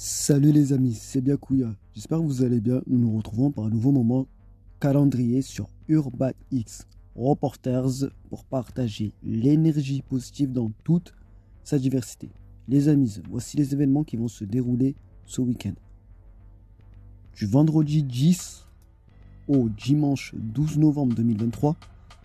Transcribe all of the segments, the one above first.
Salut les amis, c'est bien Kouya. J'espère que vous allez bien. Nous nous retrouvons pour un nouveau moment calendrier sur Urban X Reporters pour partager l'énergie positive dans toute sa diversité. Les amis, voici les événements qui vont se dérouler ce week-end. Du vendredi 10 au dimanche 12 novembre 2023,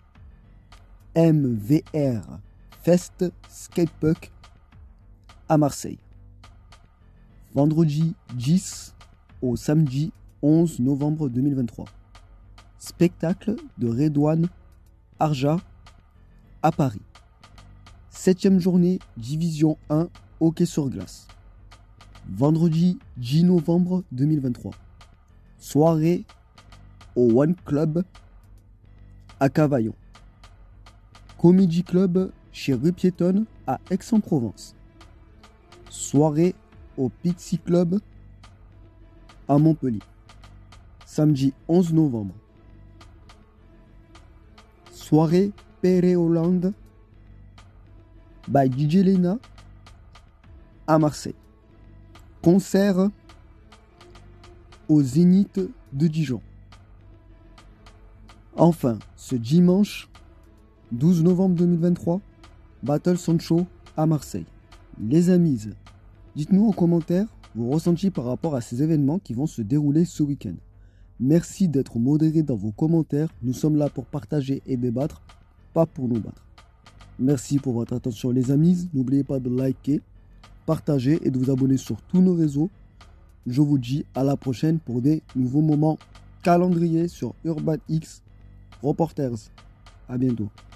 MVR Fest Skatepuck à Marseille. Vendredi 10 au samedi 11 novembre 2023. Spectacle de Redouane Arja à Paris. 7e journée Division 1 hockey sur glace. Vendredi 10 novembre 2023. Soirée au One Club à Cavaillon. Comedy Club chez Rue Piétonne à Aix-en-Provence. Soirée au Pixie Club à Montpellier. Samedi 11 novembre. Soirée Pere Hollande by DJ Lena à Marseille. Concert au Zénith de Dijon. Enfin, ce dimanche 12 novembre 2023, Battle Sound Show à Marseille. Les amis, dites-nous en commentaire vos ressentis par rapport à ces événements qui vont se dérouler ce week-end. Merci d'être modérés dans vos commentaires. Nous sommes là pour partager et débattre, pas pour nous battre. Merci pour votre attention les amis. N'oubliez pas de liker, partager et de vous abonner sur tous nos réseaux. Je vous dis à la prochaine pour des nouveaux moments calendrier sur Urban X Reporters. À bientôt.